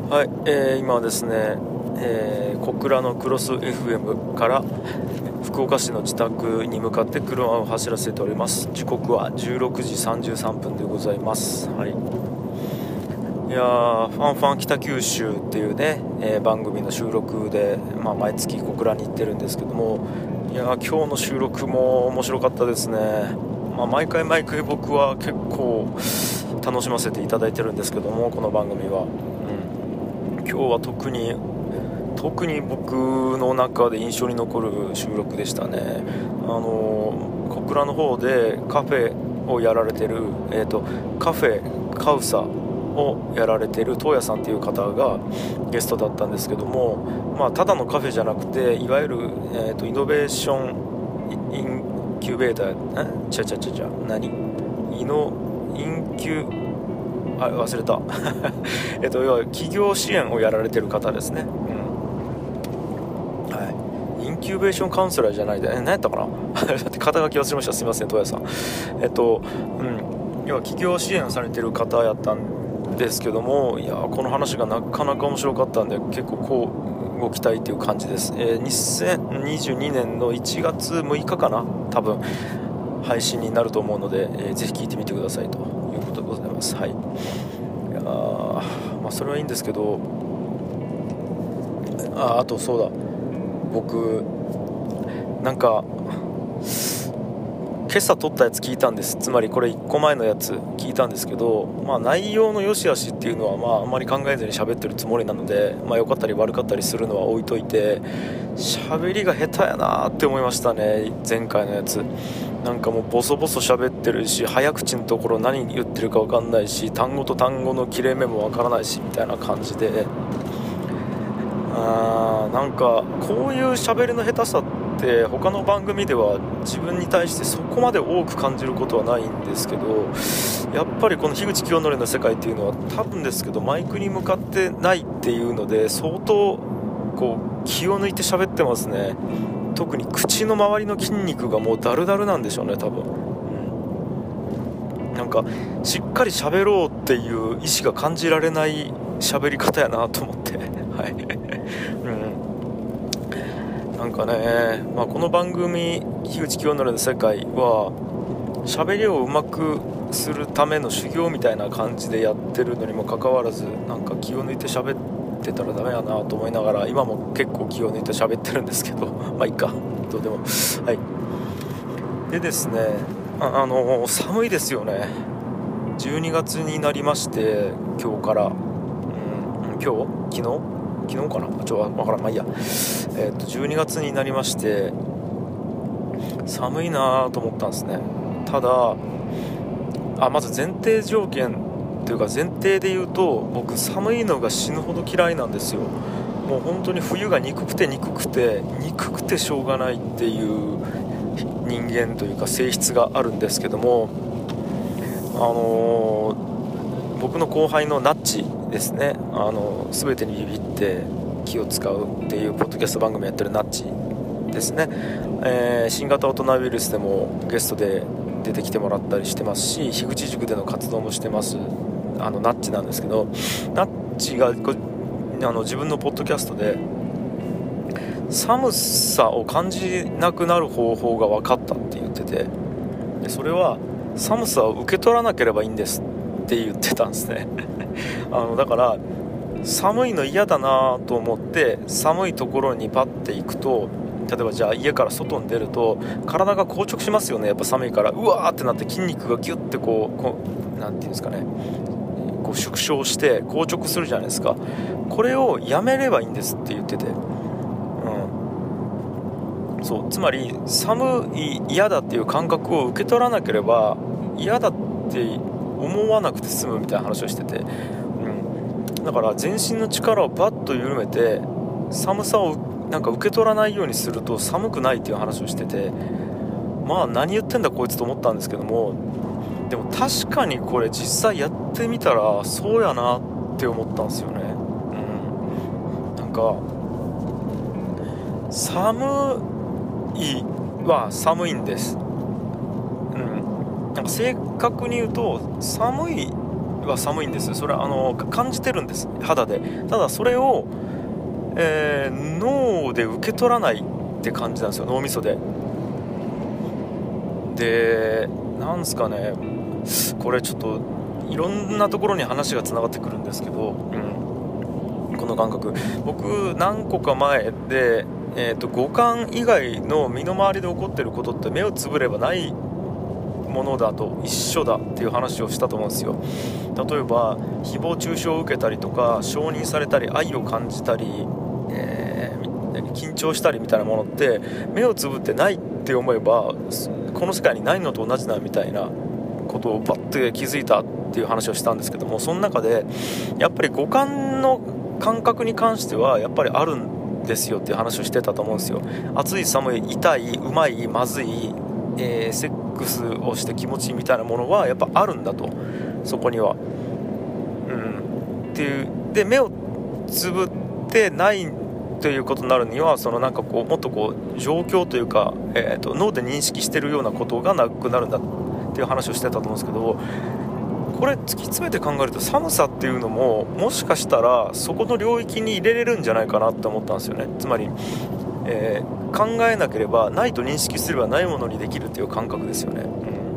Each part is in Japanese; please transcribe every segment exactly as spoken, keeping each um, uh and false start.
はい、えー、今はですね、えー、小倉のクロス エフエム から福岡市の自宅に向かって車を走らせております。時刻はじゅうろくじさんじゅうさんぷんでございます。はい、いやーファンファン北九州っていうね、えー、番組の収録で、まあ、毎月小倉に行ってるんですけども、いやー今日の収録も面白かったですね。まあ、毎回毎回僕は結構楽しませていただいてるんですけども、この番組は、うん、今日は特に特に僕の中で印象に残る収録でしたね。あの小倉の方でカフェをやられてる、えーと、カフェカウサをやられてる東谷さんという方がゲストだったんですけども、まあ、ただのカフェじゃなくて、いわゆる、えーと、イノベーションインキュベーターえちゃちゃちゃちゃ何イノインキュあ忘れたえっと要は企業支援をやられてる方ですね。インキュベーションカウンセラーじゃないで、え何やったかなだって肩書き忘れました。すみません、東谷さん。えっと、うん、要は企業支援をされてる方やったんですけども、いやこの話がなかなか面白かったんで、結構こうご期待という感じです。えー、にせんにじゅうにねんのいちがつむいかかな、多分配信になると思うので、えー、ぜひ聞いてみてくださいということでございます。はい。いやまあそれはいいんですけど、ああとそうだ。僕なんか今朝撮ったやつ聞いたんです。つまりこれいっこまえのやつ聞いたんですけど、まあ、内容の良し悪しっていうのは、まあ、あんまり考えずに喋ってるつもりなので、まあ、良かったり悪かったりするのは置いといて、喋りが下手やなって思いましたね。前回のやつなんかもうボソボソ喋ってるし、早口のところ何言ってるか分かんないし、単語と単語の切れ目も分からないしみたいな感じで、あーなんかこういう喋りの下手さって他の番組では自分に対してそこまで多く感じることはないんですけど、やっぱりこの樋口清則の世界っていうのは多分ですけどマイクに向かってないっていうので、相当こう気を抜いて喋ってますね。特に口の周りの筋肉がもうダルダルなんでしょうね、多分、うん、なんかしっかり喋ろうっていう意思が感じられない喋り方やなと思ってはい、うん、なんかね、まあ、この番組樋口清則の世界は喋りをうまくするための修行みたいな感じでやってるのにもかかわらず、なんか気を抜いて喋ってたらダメやなと思いながら、今も結構気を抜いて喋ってるんですけどまあいいか、どうでも。はい。でですね、あ、あの寒いですよね。じゅうにがつになりまして、今日から、うん、今日昨日昨日かな、ちょっと分からん、まあいいや、えー、とじゅうにがつになりまして、寒いなと思ったんですね。ただあまず前提条件というか前提で言うと、僕寒いのが死ぬほど嫌いなんですよ。もう本当に冬が憎くて憎くて憎くてしょうがないっていう人間というか性質があるんですけども、あのー、僕の後輩のナッチですね、あの全てにビビって気を使うっていうポッドキャスト番組やってるナッチですね、えー、新型大人ウイルスでもゲストで出てきてもらったりしてますし、樋口塾での活動もしてます、あのナッチなんですけど、ナッチがこあの自分のポッドキャストで寒さを感じなくなる方法が分かったって言ってて、でそれは寒さを受け取らなければいいんですって言ってたんですねあのだから寒いの嫌だなと思って寒いところにパッて行くと、例えばじゃあ家から外に出ると体が硬直しますよね。やっぱ寒いからうわーってなって筋肉がギュッてこう、こうなんていうんですかね、こう縮小して硬直するじゃないですか。これをやめればいいんですって言ってて、うん、そうつまり寒い嫌だっていう感覚を受け取らなければ嫌だって思わなくて済むみたいな話をしてて、うん、だから全身の力をバッと緩めて寒さをなんか受け取らないようにすると寒くないっていう話をしてて、まあ何言ってんだこいつと思ったんですけども、でも確かにこれ実際やってみたらそうやなって思ったんですよね。うん、なんか寒いは寒いんです。うん、なんか正確に言うと寒いは寒いんです。それはあの感じてるんです、肌で。ただそれを、えー、脳で受け取らないって感じなんですよ、脳みそで。で、なんすかね、これちょっといろんなところに話がつながってくるんですけど、うん、この感覚、僕何個か前で、えーと、五感以外の身の回りで起こっていることって目をつぶればないものだと一緒だっていう話をしたと思うんですよ。例えば誹謗中傷を受けたりとか、承認されたり、愛を感じたり、えー、緊張したりみたいなものって目をつぶってないって思えばこの世界にないのと同じだみたいなことをバッて気づいたっていう話をしたんですけども、その中でやっぱり五感の感覚に関してはやっぱりあるんですよっていう話をしてたと思うんですよ。暑い寒い痛いうまいまずい、えー、セックスをして気持ちいいみたいなものはやっぱあるんだと、そこには、うん、っていうで、目をつぶってないということになるには、そのなんかこうもっとこう状況というか、えーと、脳で認識してるようなことがなくなるんだっていう話をしてたと思うんですけど、これ突き詰めて考えると寒さっていうのももしかしたらそこの領域に入れれるんじゃないかなって思ったんですよね。つまり、えー、考えなければないと認識すればないものにできるっていう感覚ですよね、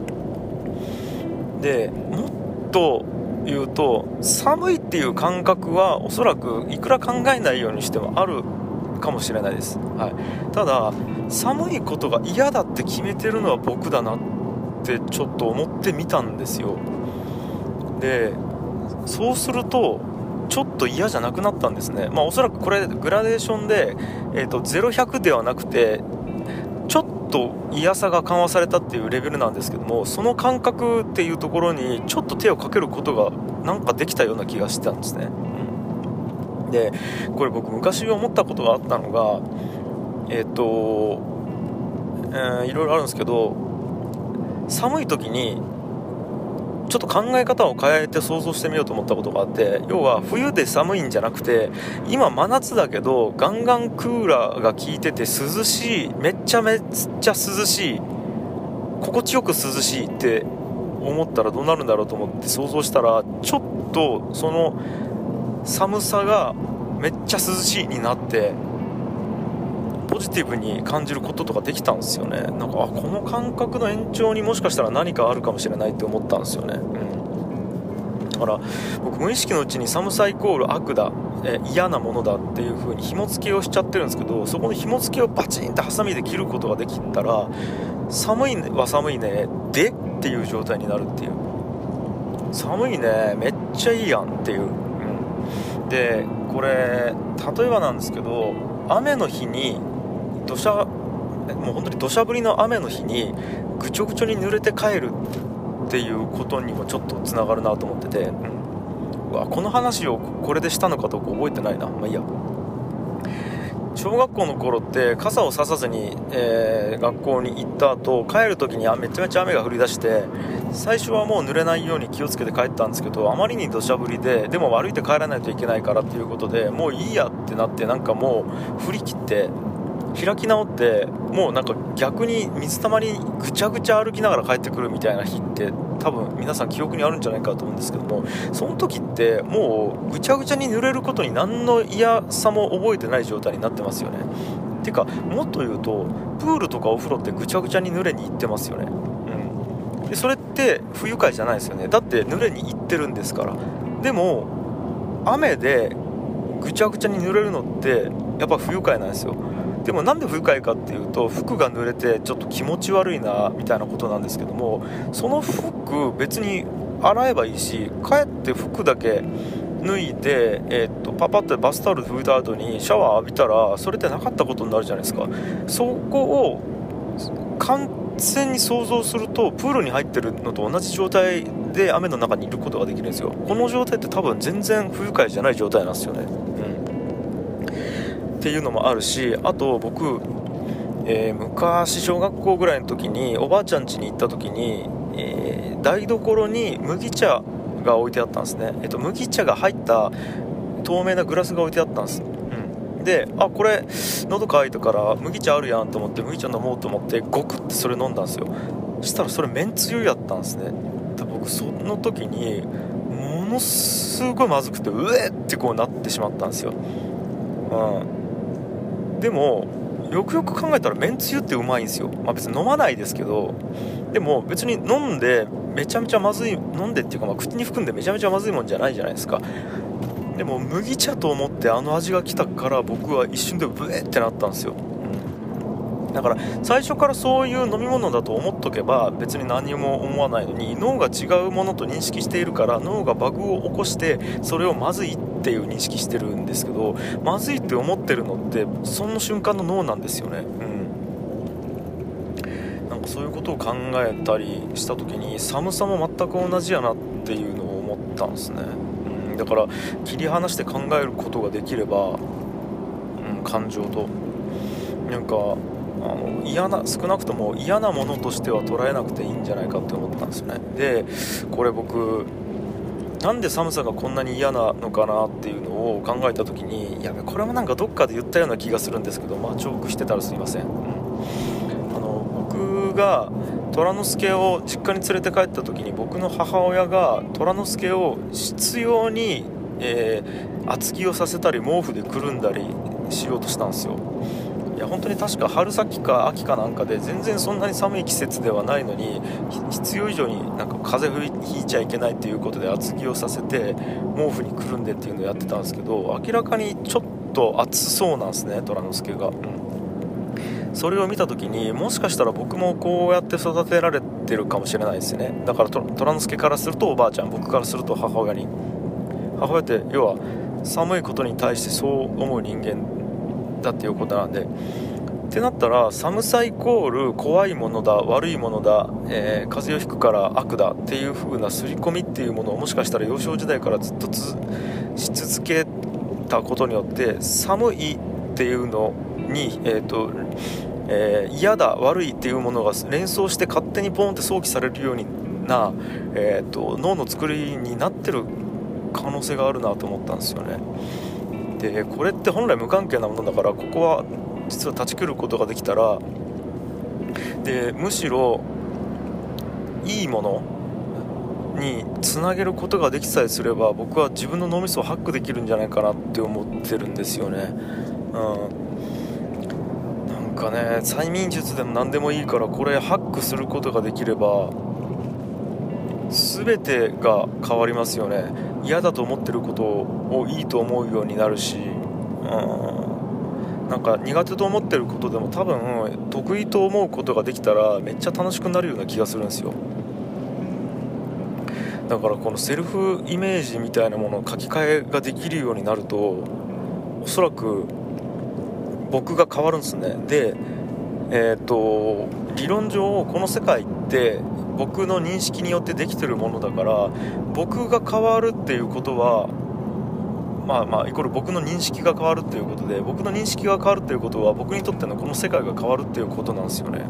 うん、でもっと言うと寒いっていう感覚はおそらくいくら考えないようにしてもあるかもしれないです、はい、ただ寒いことが嫌だって決めてるのは僕だなってちょっと思ってみたんですよ。でそうするとちょっと嫌じゃなくなったんですね。まあおそらくこれグラデーションで、えーと、ゼロひゃくではなくてちょっと嫌さが緩和されたっていうレベルなんですけども、その感覚っていうところにちょっと手をかけることがなんかできたような気がしてたんですね、うん、でこれ僕昔思ったことがあったのがえっ、ー、と、えー、いろいろあるんですけど、寒い時にちょっと考え方を変えて想像してみようと思ったことがあって、要は冬で寒いんじゃなくて今真夏だけどガンガンクーラーが効いてて涼しい、めっちゃめっちゃ涼しい、心地よく涼しいって思ったらどうなるんだろうと思って想像したら、ちょっとその寒さがめっちゃ涼しいになってポジティブに感じることとかできたんですよね。なんかあこの感覚の延長にもしかしたら何かあるかもしれないって思ったんですよね、うん、だから僕無意識のうちに寒さイコール悪だ、え嫌なものだっていう風に紐付けをしちゃってるんですけど、そこの紐付けをバチンとハサミで切ることができたら寒いは寒いねでっていう状態になるっていう、寒いねめっちゃいいやんっていう、うん、でこれ例えばなんですけど、雨の日に土砂もう本当に土砂降りの雨の日にぐちょぐちょに濡れて帰るっていうことにもちょっとつながるなと思ってて、うん、うわこの話をこれでしたのかどうか覚えてないな、まあいいや。小学校の頃って傘をささずに、えー、学校に行った後帰る時にめちゃめちゃ雨が降り出して、最初はもう濡れないように気をつけて帰ったんですけど、あまりに土砂降りででも歩いて帰らないといけないからっていうことでもういいやってなって、なんかもう振り切って開き直って、もうなんか逆に水たまりぐちゃぐちゃ歩きながら帰ってくるみたいな日って多分皆さん記憶にあるんじゃないかと思うんですけども、その時ってもうぐちゃぐちゃに濡れることに何の嫌さも覚えてない状態になってますよね。てかもっと言うとプールとかお風呂ってぐちゃぐちゃに濡れに行ってますよね、うん、でそれって不愉快じゃないですよね。だって濡れに行ってるんですから。でも雨でぐちゃぐちゃに濡れるのってやっぱ不愉快なんですよ。でもなんで不愉快かっていうと、服が濡れてちょっと気持ち悪いなみたいなことなんですけども、その服別に洗えばいいし、帰って服だけ脱いで、えー、っとパパってバスタオルで拭いた後にシャワー浴びたらそれってなかったことになるじゃないですか。そこを完全に想像するとプールに入ってるのと同じ状態で雨の中にいることができるんですよ。この状態って多分全然不愉快じゃない状態なんですよね、うん、っていうのもあるし、あと僕、えー、昔小学校ぐらいの時におばあちゃん家に行った時に、えー、台所に麦茶が置いてあったんですね、えっと、麦茶が入った透明なグラスが置いてあったんです、うん、で、あ、これ喉乾いたから麦茶あるやんと思って麦茶飲もうと思ってゴクってそれ飲んだんですよ。したらそれめんつゆやったんですね。で僕その時にものすごいまずくて、うえってこうなってしまったんですよ、うん、でもよくよく考えたらめんつゆってうまいんですよ。まあ、別に飲まないですけど、でも別に飲んでめちゃめちゃまずい、飲んでっていうか、まあ口に含んでめちゃめちゃまずいもんじゃないじゃないですか。でも麦茶と思ってあの味が来たから僕は一瞬でブエってなったんですよ、うん、だから最初からそういう飲み物だと思っとけば別に何も思わないのに、脳が違うものと認識しているから脳がバグを起こしてそれをまずいっていう認識してるんですけど、まずいって思ってるのってその瞬間の脳なんですよね、うん、なんかそういうことを考えたりした時に寒さも全く同じやなっていうのを思ったんですね。だから切り離して考えることができれば、うん、感情となんかあの嫌な、少なくとも嫌なものとしては捉えなくていいんじゃないかって思ったんですよね。でこれ僕なんで寒さがこんなに嫌なのかなっていうのを考えた時に、いやこれもなんかどっかで言ったような気がするんですけど、まあ重複してたらすいません、うん、あの僕が虎之助を実家に連れて帰った時に僕の母親が虎之助を執拗に、えー、厚着をさせたり毛布でくるんだりしようとしたんですよ。いや本当に確か春先か秋かなんかで全然そんなに寒い季節ではないのに必要以上になんか風邪ひいちゃいけないっていうことで厚着をさせて毛布にくるんでっていうのをやってたんですけど、明らかにちょっと暑そうなんですね虎之助が、うん、それを見た時にもしかしたら僕もこうやって育てられてるかもしれないですね。だから虎之助からするとおばあちゃん、僕からすると母親に、母親って要は寒いことに対してそう思う人間だっていうことなんで、ってなったら寒さイコール怖いものだ、悪いものだ、えー、風邪をひくから悪だっていう風な刷り込みっていうものをもしかしたら幼少時代からずっとつし続けたことによって寒いっていうのに、えーとえー、嫌だ悪いっていうものが連想して勝手にポンって想起されるような、えーと脳の作りになってる可能性があるなと思ったんですよね。でこれって本来無関係なものだから、ここは実は断ち切ることができたら、でむしろいいものにつなげることができさえすれば僕は自分の脳みそをハックできるんじゃないかなって思ってるんですよね、うん、なんかね催眠術でも何でもいいからこれハックすることができれば全てが変わりますよね。嫌だと思ってることをいいと思うようになるし、うん、なんか苦手と思ってることでも多分得意と思うことができたらめっちゃ楽しくなるような気がするんですよ。だからこのセルフイメージみたいなものを書き換えができるようになるとおそらく僕が変わるんですね。で、えーと、理論上この世界って僕の認識によってできてるものだから、僕が変わるっていうことはまあまあイコール僕の認識が変わるっていうことで、僕の認識が変わるっていうことは僕にとってのこの世界が変わるっていうことなんですよね。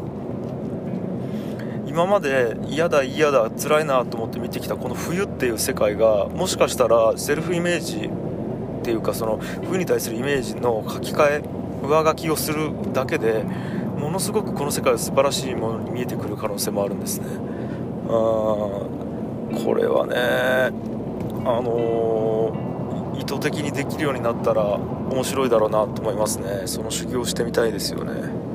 今まで嫌だ嫌だ辛いなと思って見てきたこの冬っていう世界がもしかしたらセルフイメージっていうか、その冬に対するイメージの書き換え上書きをするだけでものすごくこの世界は素晴らしいものに見えてくる可能性もあるんですね。あこれはねあのー、意図的にできるようになったら面白いだろうなと思いますね。その修行をしてみたいですよね。